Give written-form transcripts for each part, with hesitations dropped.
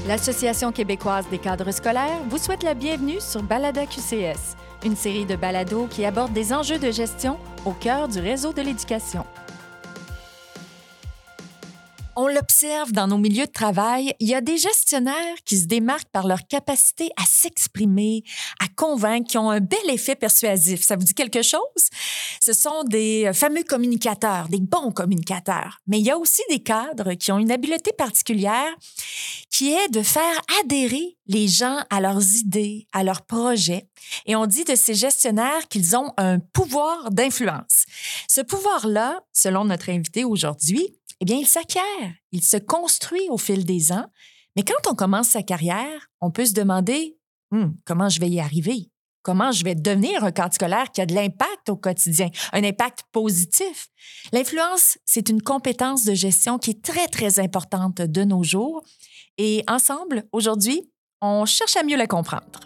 L'Association québécoise des cadres scolaires vous souhaite la bienvenue sur Balada QCS, une série de balados qui aborde des enjeux de gestion au cœur du réseau de l'éducation. On l'observe dans nos milieux de travail, il y a des gestionnaires qui se démarquent par leur capacité à s'exprimer, à convaincre, qui ont un bel effet persuasif. Ça vous dit quelque chose? Ce sont des fameux communicateurs, des bons communicateurs. Mais il y a aussi des cadres qui ont une habileté particulière qui est de faire adhérer les gens à leurs idées, à leurs projets. Et on dit de ces gestionnaires qu'ils ont un pouvoir d'influence. Ce pouvoir-là, selon notre invité aujourd'hui, eh bien, il s'acquiert, il se construit au fil des ans. Mais quand on commence sa carrière, on peut se demander comment je vais y arriver? Comment je vais devenir un cadre scolaire qui a de l'impact au quotidien, un impact positif? L'influence, c'est une compétence de gestion qui est très, très importante de nos jours. Et ensemble, aujourd'hui, on cherche à mieux la comprendre.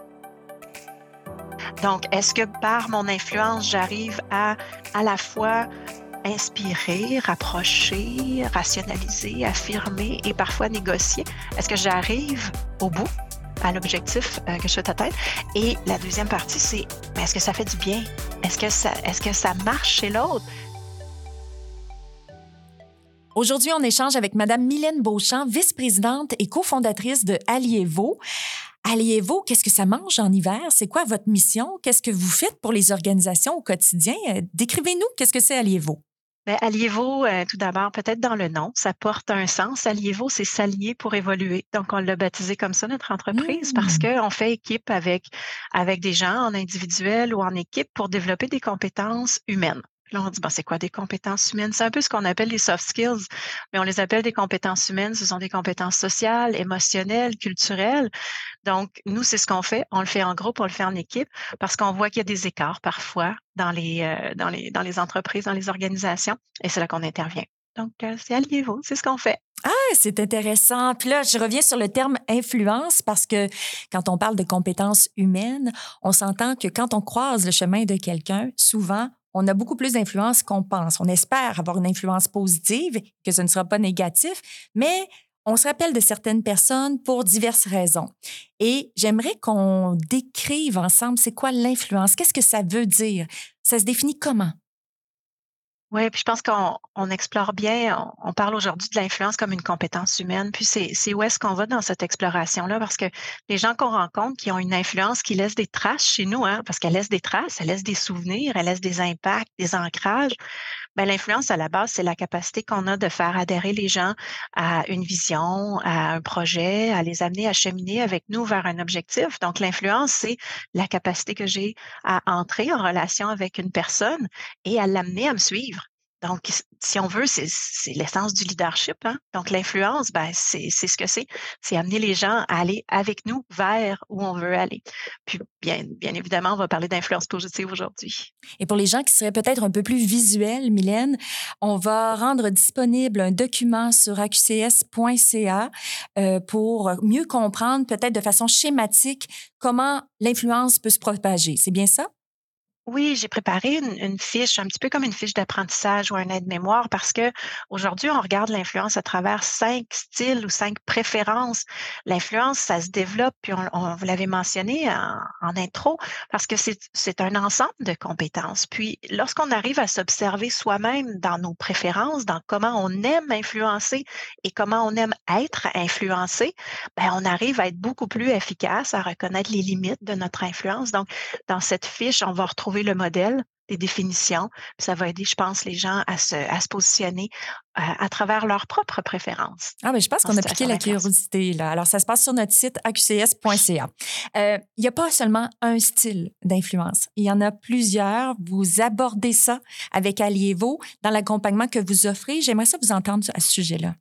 Donc, est-ce que par mon influence, j'arrive à la fois inspirer, rapprocher, rationaliser, affirmer et parfois négocier? Est-ce que j'arrive au bout, à l'objectif que je souhaite atteindre? Et la deuxième partie, c'est, mais est-ce que ça fait du bien? Est-ce que ça marche chez l'autre? Aujourd'hui, on échange avec Mme Mylène Beauchamp, vice-présidente et cofondatrice de Alievo. Alievo, qu'est-ce que ça mange en hiver? C'est quoi votre mission? Qu'est-ce que vous faites pour les organisations au quotidien? Décrivez-nous, qu'est-ce que c'est Alievo? Bien, Alievo, tout d'abord, peut-être dans le nom, ça porte un sens. Alievo, c'est s'allier pour évoluer. Donc, on l'a baptisé comme ça, notre entreprise, parce qu'on fait équipe avec des gens en individuel ou en équipe pour développer des compétences humaines. Là, on dit, c'est quoi des compétences humaines? C'est un peu ce qu'on appelle les soft skills, mais on les appelle des compétences humaines. Ce sont des compétences sociales, émotionnelles, culturelles. Donc, nous, c'est ce qu'on fait. On le fait en groupe, on le fait en équipe, parce qu'on voit qu'il y a des écarts parfois dans les entreprises, dans les organisations, et c'est là qu'on intervient. Donc, c'est Alliez-vous, c'est ce qu'on fait. Ah, c'est intéressant. Puis là, je reviens sur le terme influence parce que quand on parle de compétences humaines, on s'entend que quand on croise le chemin de quelqu'un, souvent, on a beaucoup plus d'influence qu'on pense. On espère avoir une influence positive, que ce ne sera pas négatif, mais on se rappelle de certaines personnes pour diverses raisons. Et j'aimerais qu'on décrive ensemble c'est quoi l'influence, qu'est-ce que ça veut dire, ça se définit comment? Oui, puis je pense qu'on explore bien, on parle aujourd'hui de l'influence comme une compétence humaine, puis c'est où est-ce qu'on va dans cette exploration-là, parce que les gens qu'on rencontre qui ont une influence, qui laissent des traces chez nous, hein, parce qu'elle laisse des traces, elle laisse des souvenirs, elle laisse des impacts, des ancrages. Ben, l'influence, à la base, c'est la capacité qu'on a de faire adhérer les gens à une vision, à un projet, à les amener à cheminer avec nous vers un objectif. Donc, l'influence, c'est la capacité que j'ai à entrer en relation avec une personne et à l'amener à me suivre. Donc, si on veut, c'est l'essence du leadership, hein. Donc, l'influence, c'est ce que c'est. C'est amener les gens à aller avec nous vers où on veut aller. Puis, bien évidemment, on va parler d'influence positive aujourd'hui. Et pour les gens qui seraient peut-être un peu plus visuels, Mylène, on va rendre disponible un document sur aqcs.ca pour mieux comprendre, peut-être de façon schématique, comment l'influence peut se propager. C'est bien ça? Oui, j'ai préparé une fiche, un petit peu comme une fiche d'apprentissage ou un aide-mémoire parce que aujourd'hui, on regarde l'influence à travers 5 styles ou 5 préférences. L'influence, ça se développe, puis vous l'avez mentionné en intro, parce que c'est un ensemble de compétences. Puis, lorsqu'on arrive à s'observer soi-même dans nos préférences, dans comment on aime influencer et comment on aime être influencé, on arrive à être beaucoup plus efficace, à reconnaître les limites de notre influence. Donc, dans cette fiche, on va retrouver le modèle, des définitions, puis ça va aider, je pense, les gens à se positionner à travers leurs propres préférences Ah, mais je pense en qu'on a piqué situation la d'influence. curiosité, là. Alors, ça se passe sur notre site aqcs.ca. Il n'y a pas seulement un style d'influence. Il y en a plusieurs. Vous abordez ça avec Alievo dans l'accompagnement que vous offrez. J'aimerais ça vous entendre à ce sujet-là.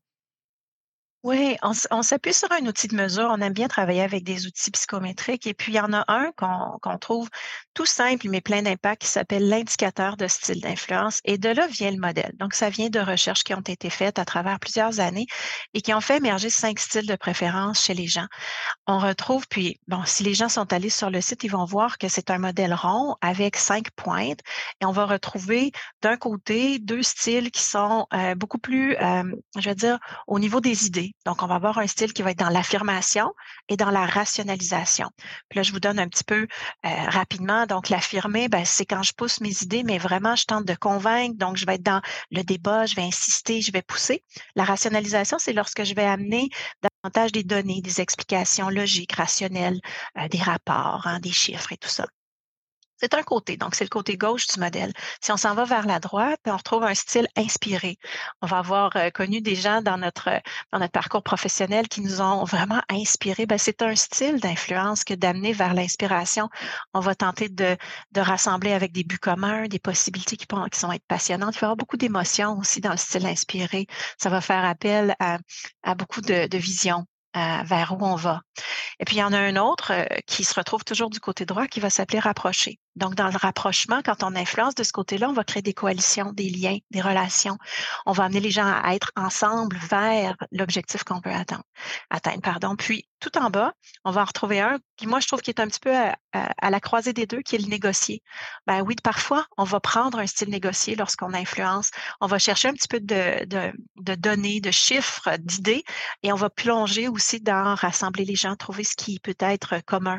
Oui, on s'appuie sur un outil de mesure. On aime bien travailler avec des outils psychométriques et puis il y en a un qu'on trouve tout simple mais plein d'impact qui s'appelle l'indicateur de style d'influence et de là vient le modèle. Donc, ça vient de recherches qui ont été faites à travers plusieurs années et qui ont fait émerger 5 styles de préférence chez les gens. On retrouve puis bon, si les gens sont allés sur le site, ils vont voir que c'est un modèle rond avec 5 pointes et on va retrouver d'un côté 2 styles qui sont, beaucoup plus, je vais dire, au niveau des idées, côtés. Donc, on va avoir un style qui va être dans l'affirmation et dans la rationalisation. Puis là, je vous donne un petit peu rapidement. Donc, l'affirmer, ben, c'est quand je pousse mes idées, mais vraiment, je tente de convaincre. Donc, je vais être dans le débat, je vais insister, je vais pousser. La rationalisation, c'est lorsque je vais amener davantage des données, des explications logiques, rationnelles, des rapports, hein, des chiffres et tout ça. C'est un côté, donc c'est le côté gauche du modèle. Si on s'en va vers la droite, on retrouve un style inspiré. On va avoir connu des gens dans notre parcours professionnel qui nous ont vraiment inspirés. Ben, c'est un style d'influence que d'amener vers l'inspiration. On va tenter de rassembler avec des buts communs, des possibilités qui sont être passionnantes. Il va y avoir beaucoup d'émotions aussi dans le style inspiré. Ça va faire appel à beaucoup de visions vers où on va. Et puis, il y en a un autre qui se retrouve toujours du côté droit qui va s'appeler rapprocher. Donc, dans le rapprochement, quand on influence de ce côté-là, on va créer des coalitions, des liens, des relations. On va amener les gens à être ensemble vers l'objectif qu'on veut atteindre. Pardon. Puis, tout en bas, on va en retrouver un qui, moi, je trouve qui est un petit peu à la croisée des deux, qui est le négocier. Ben oui, parfois, on va prendre un style négocié lorsqu'on influence. On va chercher un petit peu de données, de chiffres, d'idées, et on va plonger aussi dans rassembler les gens, trouver ce qui peut être commun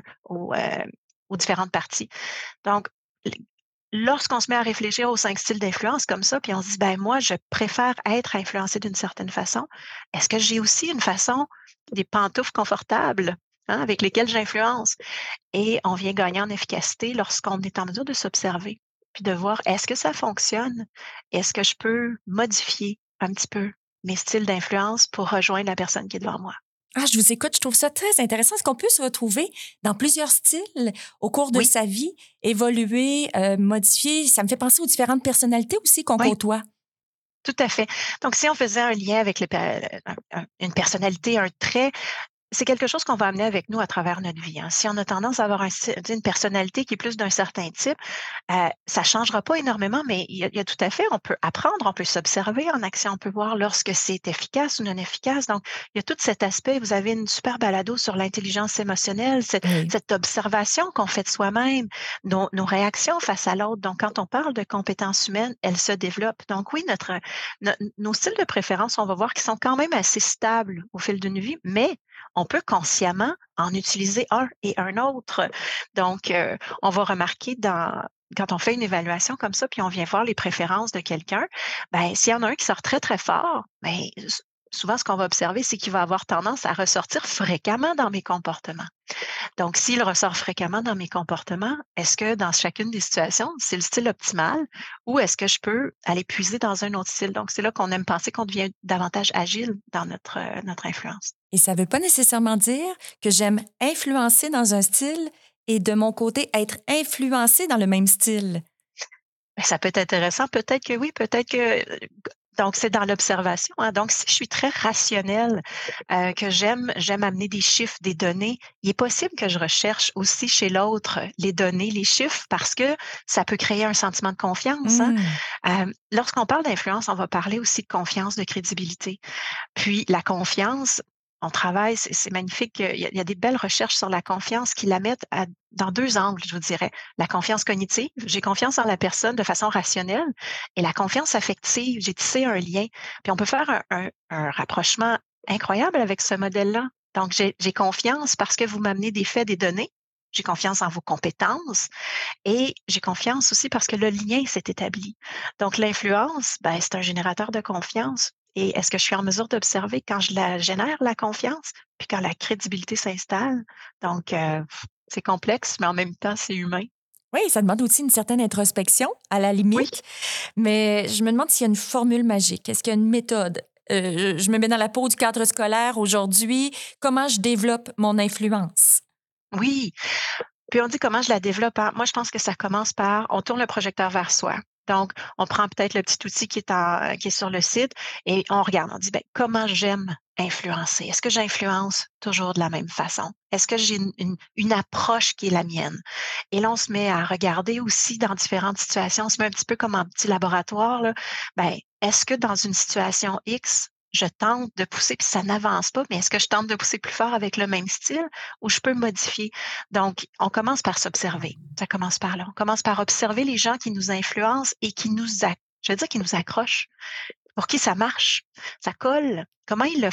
aux différentes parties. Donc, l lorsqu'on se met à réfléchir aux 5 styles d'influence comme ça, puis on se dit: «Ben, moi, je préfère être influencé d'une certaine façon. Est-ce que j'ai aussi une façon, des pantoufles confortables, hein, avec lesquelles j'influence?» Et on vient gagner en efficacité lorsqu'on est en mesure de s'observer, puis de voir: «Est-ce que ça fonctionne? Est-ce que je peux modifier un petit peu mes styles d'influence pour rejoindre la personne qui est devant moi?» Ah, je vous écoute, je trouve ça très intéressant. Est-ce qu'on peut se retrouver dans plusieurs styles au cours de Oui, sa vie, évoluer, modifier? Ça me fait penser aux différentes personnalités aussi qu'on oui. côtoie. Tout à fait. Donc, si on faisait un lien avec une personnalité, un trait, c'est quelque chose qu'on va amener avec nous à travers notre vie, hein. Si on a tendance à avoir une personnalité qui est plus d'un certain type, ça changera pas énormément, mais il y a tout à fait, on peut apprendre, on peut s'observer en action, on peut voir lorsque c'est efficace ou non efficace. Donc, il y a tout cet aspect. Vous avez une super balado sur l'intelligence émotionnelle, Oui. cette observation qu'on fait de soi-même, nos réactions face à l'autre. Donc, quand on parle de compétences humaines, elles se développent. Donc oui, nos styles de préférence, on va voir qu'ils sont quand même assez stables au fil d'une vie, mais on peut consciemment en utiliser un et un autre. Donc, on va remarquer quand on fait une évaluation comme ça, puis on vient voir les préférences de quelqu'un, ben, s'il y en a un qui sort très, très fort, ben, souvent, ce qu'on va observer, c'est qu'il va avoir tendance à ressortir fréquemment dans mes comportements. Donc, s'il ressort fréquemment dans mes comportements, est-ce que dans chacune des situations, c'est le style optimal ou est-ce que je peux aller puiser dans un autre style? Donc, c'est là qu'on aime penser qu'on devient davantage agile dans notre influence. Et ça veut pas nécessairement dire que j'aime influencer dans un style et de mon côté être influencée dans le même style. Ben, ça peut être intéressant. Peut-être que oui, peut-être que donc c'est dans l'observation, hein. Donc si je suis très rationnelle, que j'aime amener des chiffres, des données, il est possible que je recherche aussi chez l'autre les données, les chiffres, parce que ça peut créer un sentiment de confiance, hein. Mmh. Lorsqu'on parle d'influence, on va parler aussi de confiance, de crédibilité. Puis la confiance, on travaille, c'est magnifique, il y a des belles recherches sur la confiance qui la mettent dans 2 angles, je vous dirais. La confiance cognitive, j'ai confiance en la personne de façon rationnelle et la confiance affective, j'ai tissé un lien. Puis on peut faire un rapprochement incroyable avec ce modèle-là. Donc j'ai confiance parce que vous m'amenez des faits, des données. J'ai confiance en vos compétences et j'ai confiance aussi parce que le lien s'est établi. Donc l'influence, ben, c'est un générateur de confiance. Et est-ce que je suis en mesure d'observer quand je la génère, la confiance, puis quand la crédibilité s'installe? Donc, c'est complexe, mais en même temps, c'est humain. Oui, ça demande aussi une certaine introspection, à la Oui, limite, mais je me demande s'il y a une formule magique. Est-ce qu'il y a une méthode? Je me mets dans la peau du cadre scolaire aujourd'hui. Comment je développe mon influence? oui. Puis on dit comment je la développe, hein? Moi, je pense que ça commence par on tourne le projecteur vers soi. Donc, on prend peut-être le petit outil qui est sur le site et on regarde. On dit, ben, comment j'aime influencer? Est-ce que j'influence toujours de la même façon? Est-ce que j'ai une approche qui est la mienne? Et là, on se met à regarder aussi dans différentes situations. On se met un petit peu comme en petit laboratoire, là. Ben, est-ce que dans une situation X, je tente de pousser puis ça n'avance pas, mais est-ce que je tente de pousser plus fort avec le même style ou je peux modifier? Donc, on commence par s'observer. Ça commence par là. On commence par observer les gens qui nous influencent et je veux dire qui nous accrochent. Pour qui ça marche, ça colle, comment ils le font.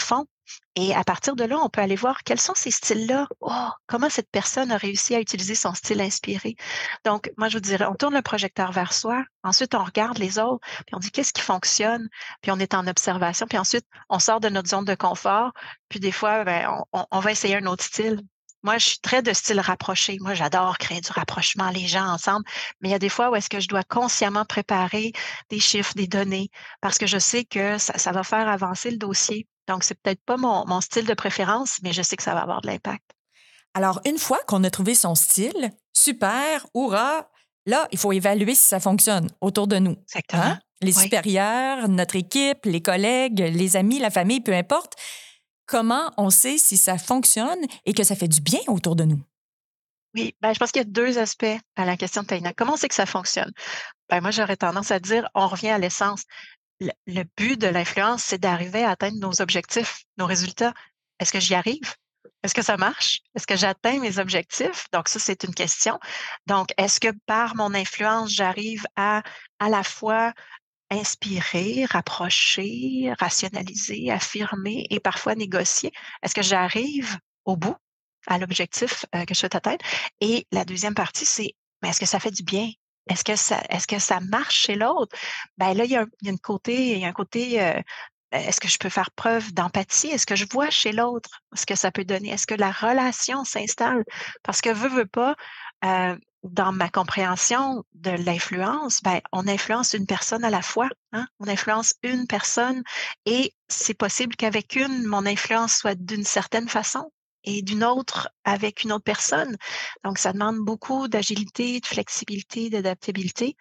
Et à partir de là, on peut aller voir quels sont ces styles-là. Oh, comment cette personne a réussi à utiliser son style inspiré. Donc, moi, je vous dirais, on tourne le projecteur vers soi. Ensuite, on regarde les autres, puis on dit qu'est-ce qui fonctionne. Puis on est en observation. Puis ensuite, on sort de notre zone de confort. Puis des fois, ben, on va essayer un autre style. Moi, je suis très de style rapproché. Moi, j'adore créer du rapprochement, les gens ensemble. Mais il y a des fois où est-ce que je dois consciemment préparer des chiffres, des données, parce que je sais que ça va faire avancer le dossier. Donc, c'est peut-être pas mon style de préférence, mais je sais que ça va avoir de l'impact. Alors, une fois qu'on a trouvé son style, super, hurrah, là, il faut évaluer si ça fonctionne autour de nous. Hein? Exactement. Les Oui. supérieurs, notre équipe, les collègues, les amis, la famille, peu importe. Comment on sait si ça fonctionne et que ça fait du bien autour de nous? Oui, ben, je pense qu'il y a 2 aspects à la question de Taïna. Comment c'est que ça fonctionne? Ben, moi, j'aurais tendance à dire, on revient à l'essence. Le but de l'influence, c'est d'arriver à atteindre nos objectifs, nos résultats. Est-ce que j'y arrive? Est-ce que ça marche? Est-ce que j'atteins mes objectifs? Donc ça, c'est une question. Donc, est-ce que par mon influence, j'arrive à la fois inspirer, rapprocher, rationaliser, affirmer et parfois négocier? Est-ce que j'arrive au bout, à l'objectif, que je souhaite atteindre? Et la deuxième partie, c'est, mais est-ce que ça fait du bien? Est-ce que ça marche chez l'autre? Ben là, il y a un côté, est-ce que je peux faire preuve d'empathie? Est-ce que je vois chez l'autre ce que ça peut donner? Est-ce que la relation s'installe? Parce que veut pas, dans ma compréhension de l'influence, ben, on influence une personne à la fois, hein? On influence une personne et c'est possible qu'avec une, mon influence soit d'une certaine façon et d'une autre avec une autre personne. Donc ça demande beaucoup d'agilité, de flexibilité, d'adaptabilité,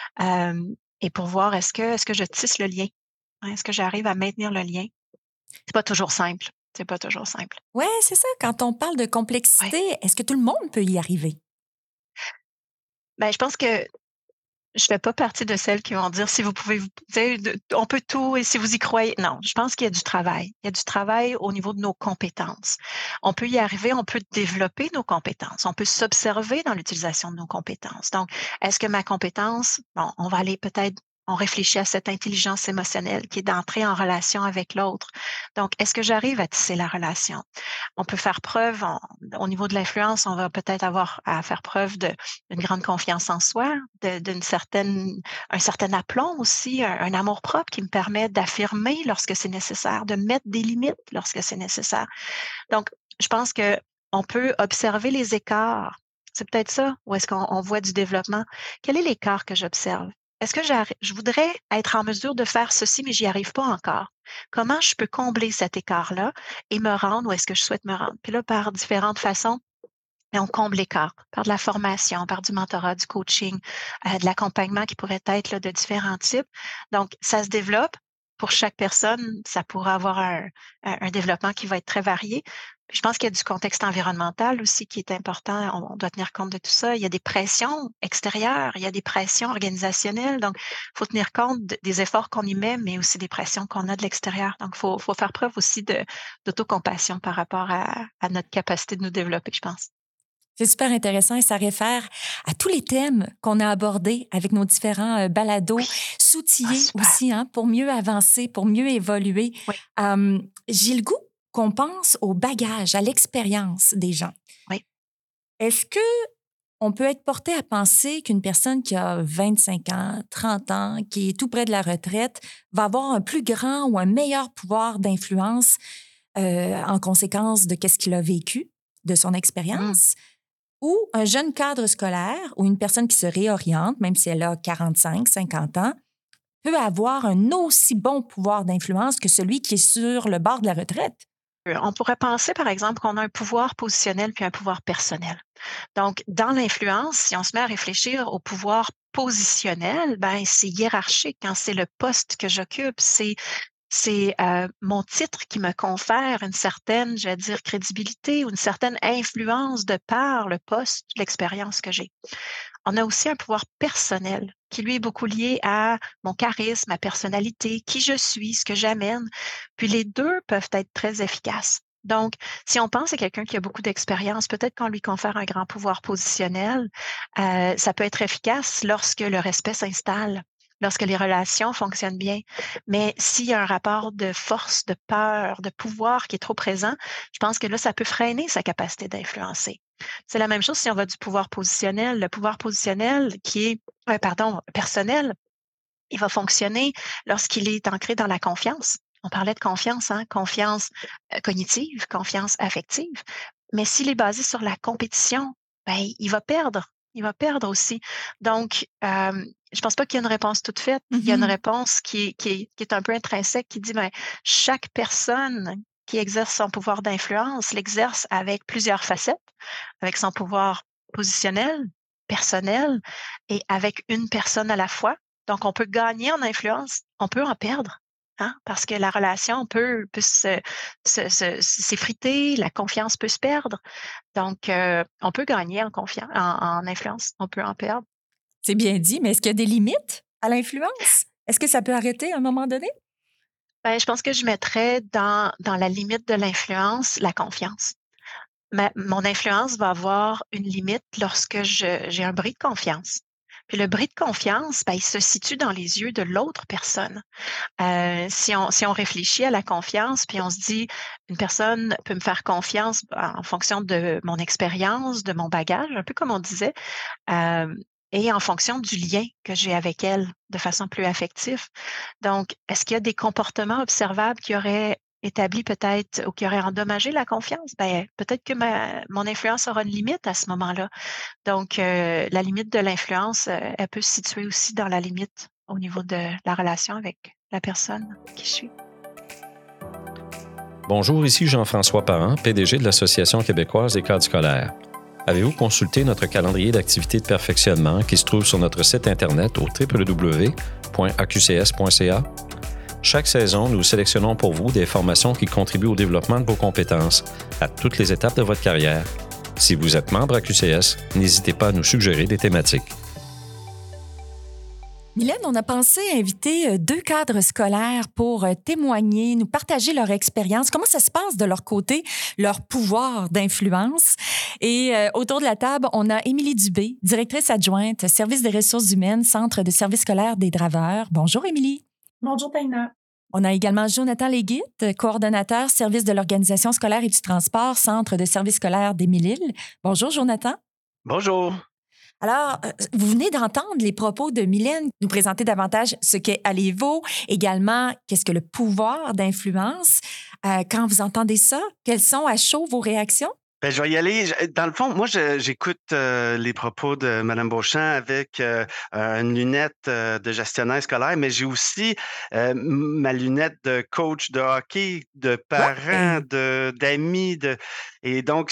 et pour voir est-ce que je tisse le lien? Hein, est-ce que j'arrive à maintenir le lien? C'est pas toujours simple, c'est pas toujours simple. Ouais, c'est ça. Quand on parle de Ouais. complexité, est-ce que tout le monde peut y arriver? Ben, je pense que je fais pas partie de celles qui vont dire: «Si vous pouvez vous tu sais, on peut tout et si vous y croyez». Non, je pense qu'il y a du travail. Il y a du travail au niveau de nos compétences. On peut y arriver, on peut développer nos compétences, on peut s'observer dans l'utilisation de nos compétences. Donc, est-ce que ma compétence bon, on va aller peut-être on réfléchit à cette intelligence émotionnelle qui est d'entrer en relation avec l'autre. Donc, est-ce que j'arrive à tisser la relation? On peut faire preuve au niveau de l'influence, on va peut-être avoir à faire preuve d'une grande confiance en soi, d'une certaine, un certain aplomb aussi, un amour-propre qui me permet d'affirmer lorsque c'est nécessaire, de mettre des limites lorsque c'est nécessaire. Donc, je pense que on peut observer les écarts. C'est peut-être ça, où est-ce qu'on voit du développement. Quel est l'écart que j'observe? Est-ce que je voudrais être en mesure de faire ceci, mais j'y arrive pas encore? Comment je peux combler cet écart-là et me rendre où est-ce que je souhaite me rendre? Puis là, par différentes façons, mais on comble l'écart par de la formation, par du mentorat, du coaching, de l'accompagnement qui pourrait être là, de différents types. Donc, ça se développe. Pour chaque personne, ça pourra avoir un développement qui va être très varié. Puis je pense qu'il y a du contexte environnemental aussi qui est important. On doit tenir compte de tout ça. Il y a des pressions extérieures, il y a des pressions organisationnelles. Donc, il faut tenir compte des efforts qu'on y met, mais aussi des pressions qu'on a de l'extérieur. Donc, il faut faire preuve aussi d'autocompassion par rapport à notre capacité de nous développer, je pense. C'est super intéressant et ça réfère à tous les thèmes qu'on a abordés avec nos différents balados, Oui. Ah, s'outiller super. aussi hein, pour mieux avancer, pour mieux évoluer. Oui, J'ai le goût qu'on pense au bagage, à l'expérience des gens. oui. Est-ce que on peut être porté à penser qu'une personne qui a 25 ans, 30 ans, qui est tout près de la retraite, va avoir un plus grand ou un meilleur pouvoir d'influence en conséquence de ce qu'il a vécu, de son Mmh. expérience? Ou un jeune cadre scolaire ou une personne qui se réoriente, même si elle a 45, 50 ans, peut avoir un aussi bon pouvoir d'influence que celui qui est sur le bord de la retraite. On pourrait penser, par exemple, qu'on a un pouvoir positionnel puis un pouvoir personnel. Donc, dans l'influence, si on se met à réfléchir au pouvoir positionnel, ben, c'est hiérarchique, hein, c'est le poste que j'occupe, c'est mon titre qui me confère une certaine, je vais dire, crédibilité ou une certaine influence de par le poste, l'expérience que j'ai. On a aussi un pouvoir personnel qui, lui, est beaucoup lié à mon charisme, ma personnalité, qui je suis, ce que j'amène. Puis les 2 peuvent être très efficaces. Donc, si on pense à quelqu'un qui a beaucoup d'expérience, peut-être qu'on lui confère un grand pouvoir positionnel, ça peut être efficace lorsque le respect s'installe, lorsque les relations fonctionnent bien. Mais s'il y a un rapport de force, de peur, de pouvoir qui est trop présent, je pense que là, ça peut freiner sa capacité d'influencer. C'est la même chose si on va du pouvoir positionnel. Le pouvoir positionnel qui est, personnel, il va fonctionner lorsqu'il est ancré dans la confiance. On parlait de confiance, hein? Confiance cognitive, confiance affective. Mais s'il est basé sur la compétition, ben, il va perdre. Il va perdre aussi. Donc, je pense pas qu'il y ait une réponse toute faite. Il y a une réponse qui est un peu intrinsèque, qui dit, ben, chaque personne qui exerce son pouvoir d'influence l'exerce avec plusieurs facettes, avec son pouvoir positionnel, personnel et avec une personne à la fois. Donc, on peut gagner en influence, on peut en perdre, hein, parce que la relation peut s'effriter, la confiance peut se perdre. Donc, on peut gagner en influence, on peut en perdre. C'est bien dit, mais est-ce qu'il y a des limites à l'influence? Est-ce que ça peut arrêter à un moment donné? Ben, je pense que je mettrais dans la limite de l'influence la confiance. Mon influence va avoir une limite lorsque j'ai un bris de confiance. Puis le bris de confiance, ben, il se situe dans les yeux de l'autre personne. Si on réfléchit à la confiance, puis on se dit, une personne peut me faire confiance en fonction de mon expérience, de mon bagage, un peu comme on disait, et en fonction du lien que j'ai avec elle de façon plus affective. Donc, est-ce qu'il y a des comportements observables qui auraient établi peut-être ou qui auraient endommagé la confiance? Ben, peut-être que mon influence aura une limite à ce moment-là. Donc, la limite de l'influence, elle peut se situer aussi dans la limite au niveau de la relation avec la personne qui je suis. Bonjour, ici Jean-François Parent, PDG de l'Association québécoise des cadres scolaires. Avez-vous consulté notre calendrier d'activités de perfectionnement qui se trouve sur notre site Internet au www.aqcs.ca? Chaque saison, nous sélectionnons pour vous des formations qui contribuent au développement de vos compétences à toutes les étapes de votre carrière. Si vous êtes membre à QCS, n'hésitez pas à nous suggérer des thématiques. Mylène, on a pensé inviter 2 cadres scolaires pour témoigner, nous partager leur expérience, comment ça se passe de leur côté, leur pouvoir d'influence. Et autour de la table, on a Émilie Dubé, directrice adjointe, service des ressources humaines, centre de service scolaire des Draveurs. Bonjour, Émilie. Bonjour, Taina. On a également Jonathan Léguite, coordonnateur service de l'organisation scolaire et du transport, centre de service scolaire d'Émile-Île. Bonjour, Jonathan. Bonjour. Alors, vous venez d'entendre les propos de Mylène nous présenter davantage ce qu'est Allévo, également qu'est-ce que le pouvoir d'influence. Quand vous entendez ça, quelles sont à chaud vos réactions? Ben, je vais y aller. Dans le fond, moi, j'écoute les propos de Mme Beauchamp avec une lunette de gestionnaire scolaire, mais j'ai aussi ma lunette de coach de hockey, de parents, d'amis. Et donc,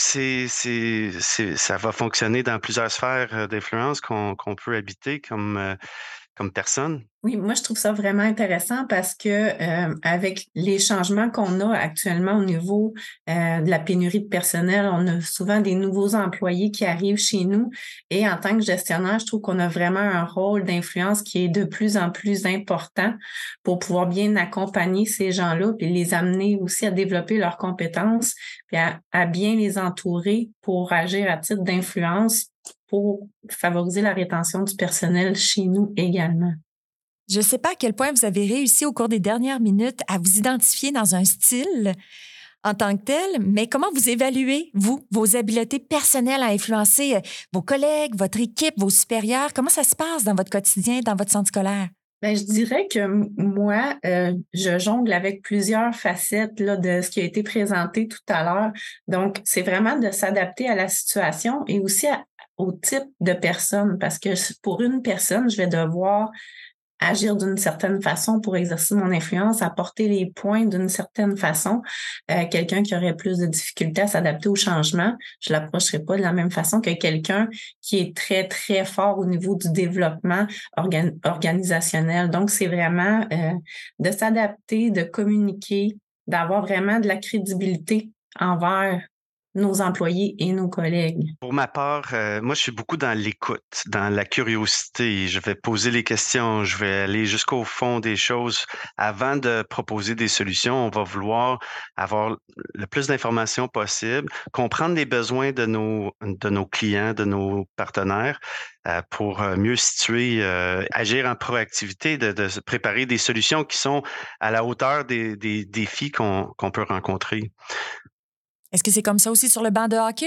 ça va fonctionner dans plusieurs sphères d'influence qu'on peut habiter comme personne. Oui, moi, je trouve ça vraiment intéressant parce que avec les changements qu'on a actuellement au niveau de la pénurie de personnel, on a souvent des nouveaux employés qui arrivent chez nous. Et en tant que gestionnaire, je trouve qu'on a vraiment un rôle d'influence qui est de plus en plus important pour pouvoir bien accompagner ces gens-là puis les amener aussi à développer leurs compétences puis à bien les entourer pour agir à titre d'influence pour favoriser la rétention du personnel chez nous également. Je ne sais pas à quel point vous avez réussi au cours des dernières minutes à vous identifier dans un style en tant que tel, mais comment vous évaluez, vous, vos habiletés personnelles à influencer vos collègues, votre équipe, vos supérieurs? Comment ça se passe dans votre quotidien, dans votre centre scolaire? Bien, je dirais que moi, je jongle avec plusieurs facettes là, de ce qui a été présenté tout à l'heure. Donc, c'est vraiment de s'adapter à la situation et aussi au type de personne, parce que pour une personne, je vais devoir agir d'une certaine façon pour exercer mon influence, apporter les points d'une certaine façon. Quelqu'un qui aurait plus de difficultés à s'adapter au changement, je ne l'approcherai pas de la même façon que quelqu'un qui est très, très fort au niveau du développement organisationnel. Donc, c'est vraiment de s'adapter, de communiquer, d'avoir vraiment de la crédibilité envers nos employés et nos collègues? Pour ma part, moi, je suis beaucoup dans l'écoute, dans la curiosité. Je vais poser les questions, je vais aller jusqu'au fond des choses. Avant de proposer des solutions, on va vouloir avoir le plus d'informations possible, comprendre les besoins de nos clients, de nos partenaires, pour mieux situer, agir en proactivité, de se préparer des solutions qui sont à la hauteur des défis qu'on peut rencontrer. Est-ce que c'est comme ça aussi sur le banc de hockey?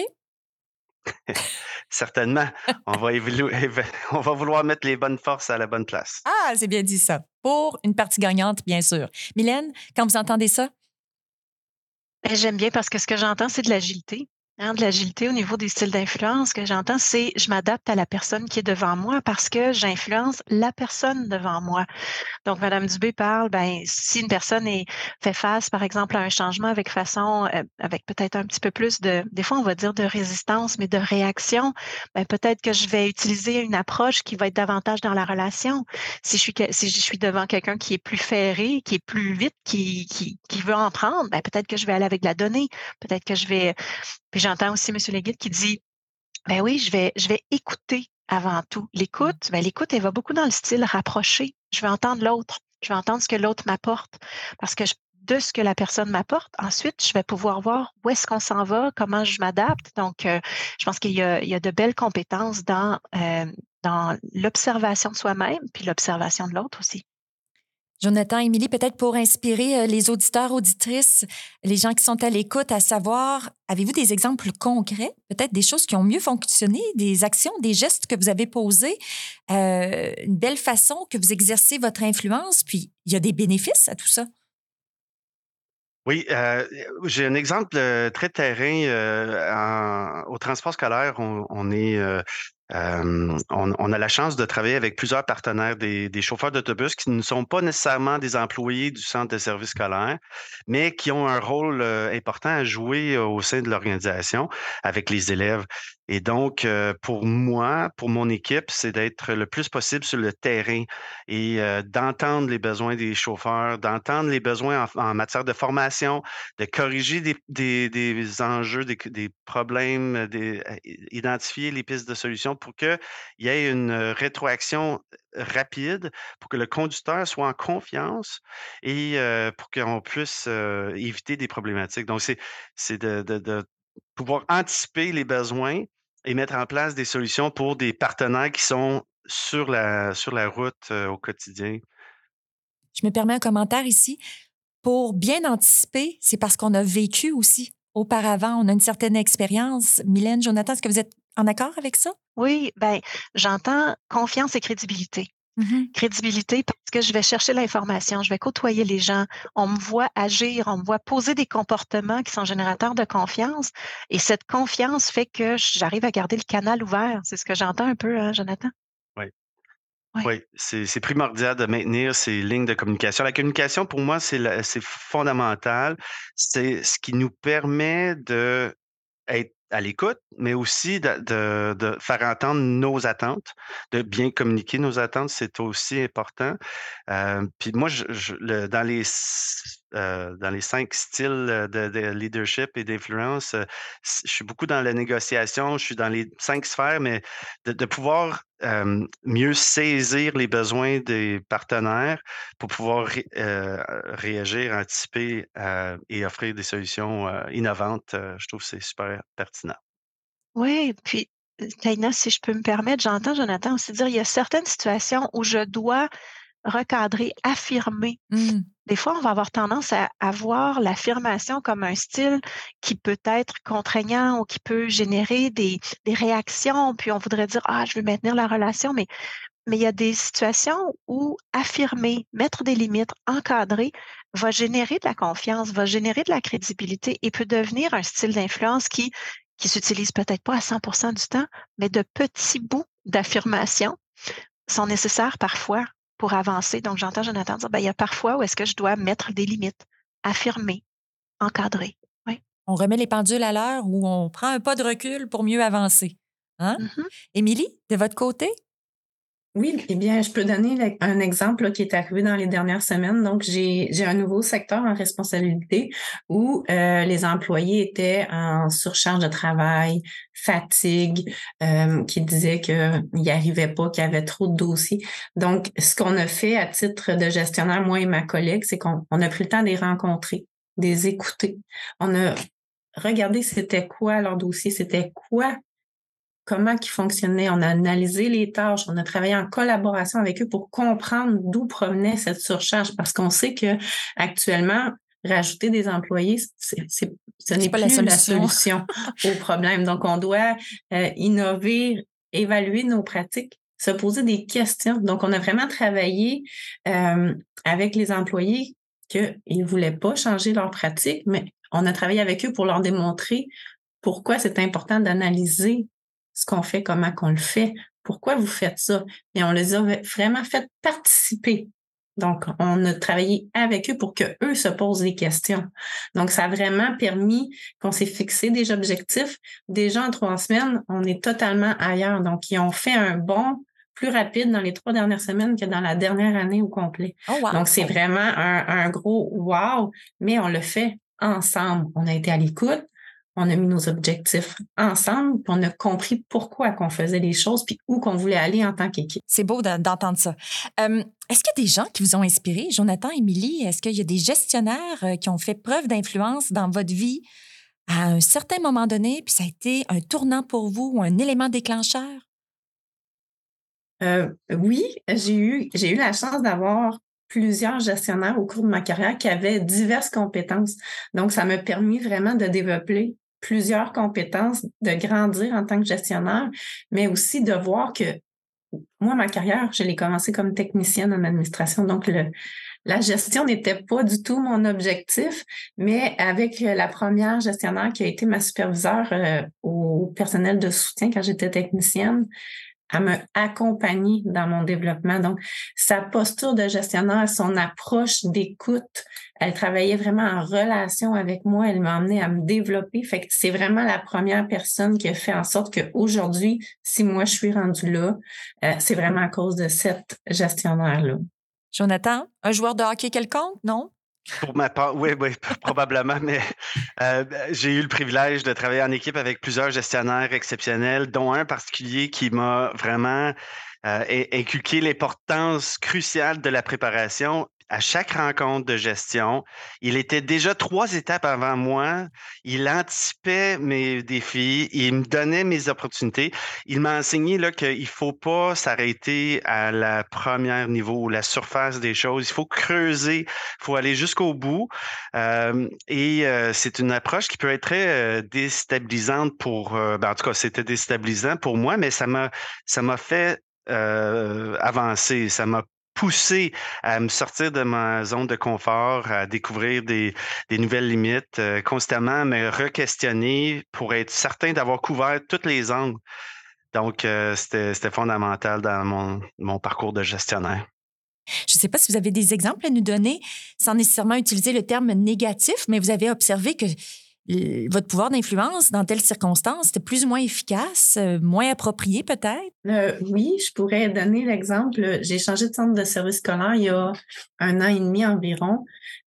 Certainement, on va on va vouloir mettre les bonnes forces à la bonne place. Ah, c'est bien dit ça. Pour une partie gagnante, bien sûr. Mylène, quand vous entendez ça? J'aime bien parce que ce que j'entends, c'est de l'agilité. Hein, de l'agilité au niveau des styles d'influence. Ce que j'entends, c'est je m'adapte à la personne qui est devant moi parce que j'influence la personne devant moi. Donc, Madame Dubé parle, ben, si une personne fait face, par exemple, à un changement avec peut-être un petit peu plus des fois, on va dire de résistance, mais de réaction, ben, peut-être que je vais utiliser une approche qui va être davantage dans la relation. Si je suis devant quelqu'un qui est plus ferré, qui est plus vite, qui veut en prendre, ben, peut-être que je vais aller avec la donnée. Peut-être que je vais, puis j'entends aussi M. Leguide qui dit, ben oui, je vais écouter avant tout. L'écoute, ben l'écoute, elle va beaucoup dans le style rapproché. Je vais entendre l'autre. Je vais entendre ce que l'autre m'apporte. Parce que de ce que la personne m'apporte, ensuite, je vais pouvoir voir où est-ce qu'on s'en va, comment je m'adapte. Donc, je pense il y a de belles compétences dans l'observation de soi-même, puis l'observation de l'autre aussi. Jonathan, Émilie, peut-être pour inspirer les auditeurs, auditrices, les gens qui sont à l'écoute, à savoir, avez-vous des exemples concrets, peut-être des choses qui ont mieux fonctionné, des actions, des gestes que vous avez posés, une belle façon que vous exercez votre influence, puis il y a des bénéfices à tout ça? Oui, j'ai un exemple, très terrain, au transport scolaire. On a la chance de travailler avec plusieurs partenaires, des chauffeurs d'autobus qui ne sont pas nécessairement des employés du centre de service scolaire, mais qui ont un rôle, important à jouer au sein de l'organisation avec les élèves. Et donc, pour moi, pour mon équipe, c'est d'être le plus possible sur le terrain et d'entendre les besoins des chauffeurs, d'entendre les besoins en matière de formation, de corriger des enjeux, des problèmes, identifier les pistes de solutions pour qu'il y ait une rétroaction rapide, pour que le conducteur soit en confiance et pour qu'on puisse éviter des problématiques. Donc, c'est de pouvoir anticiper les besoins et mettre en place des solutions pour des partenaires qui sont sur la route au quotidien. Je me permets un commentaire ici. Pour bien anticiper, c'est parce qu'on a vécu aussi auparavant, on a une certaine expérience. Mylène, Jonathan, est-ce que vous êtes en accord avec ça? Oui, ben, j'entends confiance et crédibilité. Mhm. Crédibilité parce que je vais chercher l'information, je vais côtoyer les gens, on me voit agir, on me voit poser des comportements qui sont générateurs de confiance et cette confiance fait que j'arrive à garder le canal ouvert. C'est ce que j'entends un peu, hein, Jonathan? Oui. Oui. Oui, c'est primordial de maintenir ces lignes de communication. La communication, pour moi, c'est fondamental. C'est ce qui nous permet d'être à l'écoute, mais aussi de faire entendre nos attentes, de bien communiquer nos attentes, c'est aussi important. Puis moi, dans les 5 styles de leadership et d'influence, je suis beaucoup dans la négociation, je suis dans les 5 sphères, mais de pouvoir mieux saisir les besoins des partenaires pour pouvoir réagir, anticiper et offrir des solutions innovantes, je trouve que c'est super pertinent. Oui, puis, Taïna, si je peux me permettre, j'entends Jonathan aussi dire, il y a certaines situations où je dois recadrer, affirmer. Mm. Des fois, on va avoir tendance à voir l'affirmation comme un style qui peut être contraignant ou qui peut générer des réactions, puis on voudrait dire: «Ah, je veux maintenir la relation», mais il y a des situations où affirmer, mettre des limites, encadrer, va générer de la confiance, va générer de la crédibilité et peut devenir un style d'influence qui s'utilise peut-être pas à 100 du temps, mais de petits bouts d'affirmation sont nécessaires parfois pour avancer. Donc, j'entends Jonathan dire, ben, il y a parfois où est-ce que je dois mettre des limites, affirmer, encadrer. Oui. On remet les pendules à l'heure ou on prend un pas de recul pour mieux avancer. Hein? Mhm. Émilie, de votre côté? Oui, eh bien, je peux donner un exemple là, qui est arrivé dans les dernières semaines. Donc, j'ai un nouveau secteur en responsabilité où les employés étaient en surcharge de travail, fatigue, qui disaient qu'ils n'y arrivaient pas, qu'il y avait trop de dossiers. Donc, ce qu'on a fait à titre de gestionnaire, moi et ma collègue, c'est qu'on a pris le temps de les rencontrer, de les écouter. On a regardé c'était quoi leur dossier, c'était quoi comment ils fonctionnaient. On a analysé les tâches, on a travaillé en collaboration avec eux pour comprendre d'où provenait cette surcharge parce qu'on sait que actuellement, rajouter des employés, ce n'est pas plus la la solution. solution au problème. Donc, on doit innover, évaluer nos pratiques, se poser des questions. Donc, on a vraiment travaillé avec les employés qu'ils ne voulaient pas changer leurs pratiques, mais on a travaillé avec eux pour leur démontrer pourquoi c'est important d'analyser ce qu'on fait, comment qu'on le fait, pourquoi vous faites ça. Et on les a vraiment fait participer. Donc, on a travaillé avec eux pour qu'eux se posent des questions. Donc, ça a vraiment permis qu'on s'est fixé des objectifs. Déjà, en 3 semaines, on est totalement ailleurs. Donc, ils ont fait un bond plus rapide dans les 3 dernières semaines que dans la dernière année au complet. Oh, wow! Donc, c'est vraiment un gros wow, mais on le fait ensemble. On a été à l'écoute, on a mis nos objectifs ensemble, puis on a compris pourquoi qu'on faisait les choses, puis où qu'on voulait aller en tant qu'équipe. C'est beau d'entendre ça. Est-ce qu'il y a des gens qui vous ont inspiré, Jonathan, Émilie? Est-ce qu'il y a des gestionnaires qui ont fait preuve d'influence dans votre vie à un certain moment donné, puis ça a été un tournant pour vous ou un élément déclencheur? Oui, j'ai eu la chance d'avoir plusieurs gestionnaires au cours de ma carrière qui avaient diverses compétences. Donc, ça m'a permis vraiment de développer plusieurs compétences, de grandir en tant que gestionnaire, mais aussi de voir que moi, ma carrière, je l'ai commencé comme technicienne en administration. Donc, la gestion n'était pas du tout mon objectif, mais avec la première gestionnaire qui a été ma superviseure au personnel de soutien quand j'étais technicienne, elle m'a accompagnée dans mon développement. Donc, sa posture de gestionnaire, son approche d'écoute, elle travaillait vraiment en relation avec moi. Elle m'a amenée à me développer. Fait que c'est vraiment la première personne qui a fait en sorte qu'aujourd'hui, si moi je suis rendue là, c'est vraiment à cause de cette gestionnaire-là. Jonathan, un joueur de hockey quelconque, non? Pour ma part, oui, oui, probablement, mais j'ai eu le privilège de travailler en équipe avec plusieurs gestionnaires exceptionnels, dont un particulier qui m'a vraiment inculqué l'importance cruciale de la préparation. À chaque rencontre de gestion, il était déjà 3 étapes avant moi. Il anticipait mes défis, il me donnait mes opportunités. Il m'a enseigné là, qu'il ne faut pas s'arrêter à la première niveau, la surface des choses. Il faut creuser, il faut aller jusqu'au bout. C'est une approche qui peut être très déstabilisante en tout cas, c'était déstabilisant pour moi, mais ça m'a fait avancer. Ça m'a poussé à me sortir de ma zone de confort, à découvrir des nouvelles limites, constamment me re-questionner pour être certain d'avoir couvert toutes les angles. Donc, c'était fondamental dans mon parcours de gestionnaire. Je ne sais pas si vous avez des exemples à nous donner, sans nécessairement utiliser le terme négatif, mais vous avez observé que votre pouvoir d'influence dans telles circonstances était plus ou moins efficace, moins approprié peut-être? Oui, je pourrais donner l'exemple. J'ai changé de centre de service scolaire il y a 1 an et demi environ.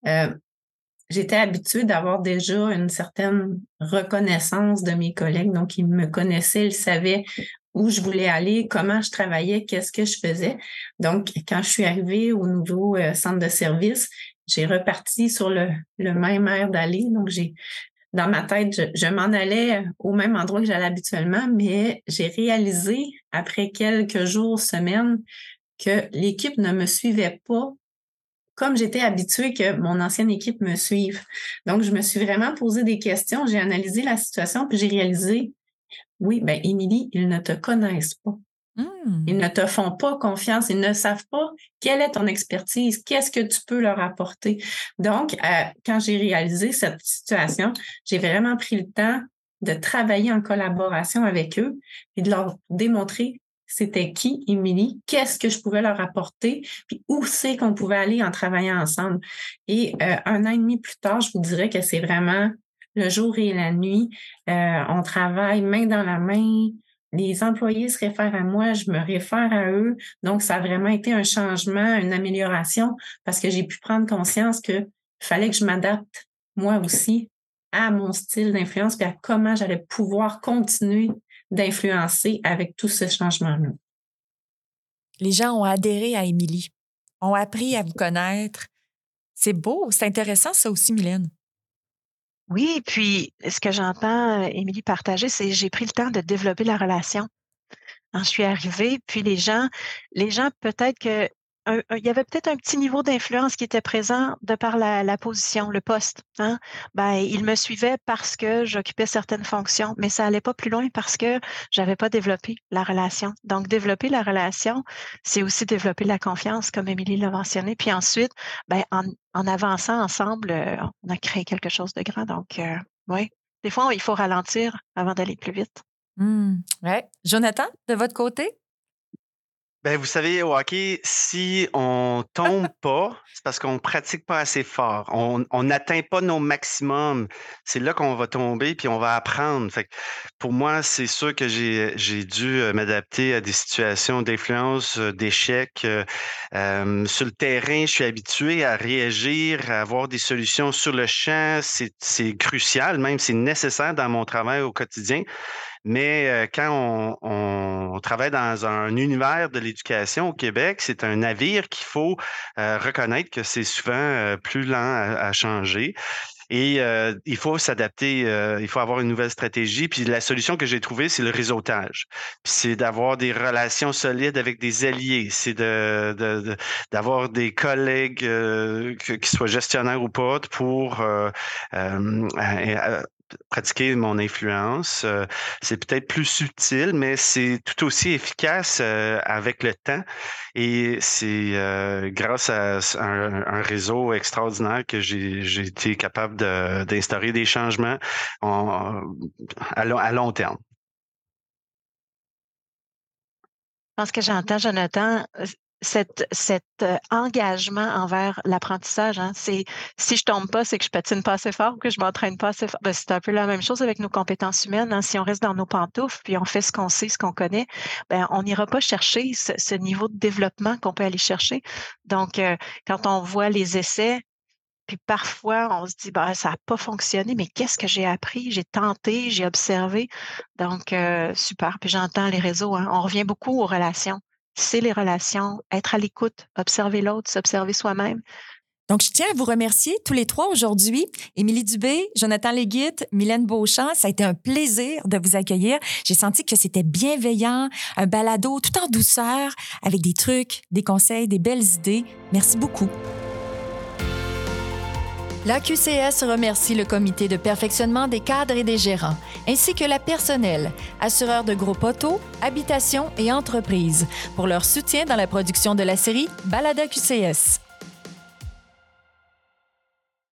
J'étais habituée d'avoir déjà une certaine reconnaissance de mes collègues. Donc, ils me connaissaient, ils savaient où je voulais aller, comment je travaillais, qu'est-ce que je faisais. Donc, quand je suis arrivée au nouveau centre de service, j'ai reparti sur le même air d'aller. Donc, dans ma tête, je m'en allais au même endroit que j'allais habituellement, mais j'ai réalisé après quelques jours, semaines, que l'équipe ne me suivait pas comme j'étais habituée que mon ancienne équipe me suive. Donc, je me suis vraiment posé des questions, j'ai analysé la situation, puis j'ai réalisé, oui, ben Émilie, ils ne te connaissent pas. Ils ne te font pas confiance, ils ne savent pas quelle est ton expertise, qu'est-ce que tu peux leur apporter. Donc, quand j'ai réalisé cette situation, j'ai vraiment pris le temps de travailler en collaboration avec eux et de leur démontrer c'était qui, Émilie, qu'est-ce que je pouvais leur apporter, puis où c'est qu'on pouvait aller en travaillant ensemble. Et 1 an et demi plus tard, je vous dirais que c'est vraiment le jour et la nuit. On travaille main dans la main. les employés se réfèrent à moi, je me réfère à eux. Donc, ça a vraiment été un changement, une amélioration parce que j'ai pu prendre conscience qu'il fallait que je m'adapte moi aussi à mon style d'influence puis à comment j'allais pouvoir continuer d'influencer avec tout ce changement-là. Les gens ont adhéré à Émilie, ont appris à vous connaître. C'est beau, c'est intéressant ça aussi, Mylène. Oui, puis ce que j'entends Émilie partager, c'est j'ai pris le temps de développer la relation. Quand je suis arrivée, puis les gens peut-être que il y avait peut-être un petit niveau d'influence qui était présent de par la position, le poste, hein. Ben, ils me suivaient parce que j'occupais certaines fonctions, mais ça allait pas plus loin parce que j'avais pas développé la relation. Donc développer la relation, c'est aussi développer la confiance, comme Émilie l'a mentionné. Puis ensuite, ben, en avançant ensemble, on a créé quelque chose de grand. Donc, oui, des fois, il faut ralentir avant d'aller plus vite. Ouais. Jonathan, de votre côté? Ben, vous savez, au hockey, si on tombe pas, c'est parce qu'on pratique pas assez fort. On n'atteint pas nos maximums. C'est là qu'on va tomber, puis on va apprendre. Fait que pour moi, c'est sûr que j'ai dû m'adapter à des situations d'influence, d'échec. Sur le terrain, je suis habitué à réagir, à avoir des solutions sur le champ. C'est crucial, même c'est nécessaire dans mon travail au quotidien. Mais quand on travaille dans un univers de l'éducation au Québec, c'est un navire qu'il faut reconnaître que c'est souvent plus lent à changer. Et il faut s'adapter, il faut avoir une nouvelle stratégie. Puis la solution que j'ai trouvée, c'est le réseautage. Puis c'est d'avoir des relations solides avec des alliés. C'est d'avoir des collègues qui soient gestionnaires ou pas pour pratiquer mon influence. C'est peut-être plus subtil, mais c'est tout aussi efficace avec le temps. Et c'est grâce à un réseau extraordinaire que j'ai été capable d'instaurer des changements à long terme. Je pense que j'entends, Jonathan, cet engagement envers l'apprentissage, hein. C'est si je tombe pas, c'est que je patine pas assez fort ou que je m'entraîne pas assez fort. Ben, c'est un peu la même chose avec nos compétences humaines, hein. Si on reste dans nos pantoufles, puis on fait ce qu'on sait, ce qu'on connaît, ben, on n'ira pas chercher ce niveau de développement qu'on peut aller chercher. Donc, quand on voit les essais, puis parfois, on se dit: «Bah, ça a pas fonctionné, mais qu'est-ce que j'ai appris? J'ai tenté, j'ai observé». Donc, super. Puis j'entends les réseaux, hein. On revient beaucoup aux relations. C'est les relations, être à l'écoute, observer l'autre, s'observer soi-même. Donc, je tiens à vous remercier tous les trois aujourd'hui. Émilie Dubé, Jonathan Léguite, Mylène Beauchamp, ça a été un plaisir de vous accueillir. J'ai senti que c'était bienveillant, un balado tout en douceur, avec des trucs, des conseils, des belles idées. Merci beaucoup. La QCS remercie le comité de perfectionnement des cadres et des gérants, ainsi que la personnel, assureurs de groupe auto, habitation et entreprises, pour leur soutien dans la production de la série Balada QCS.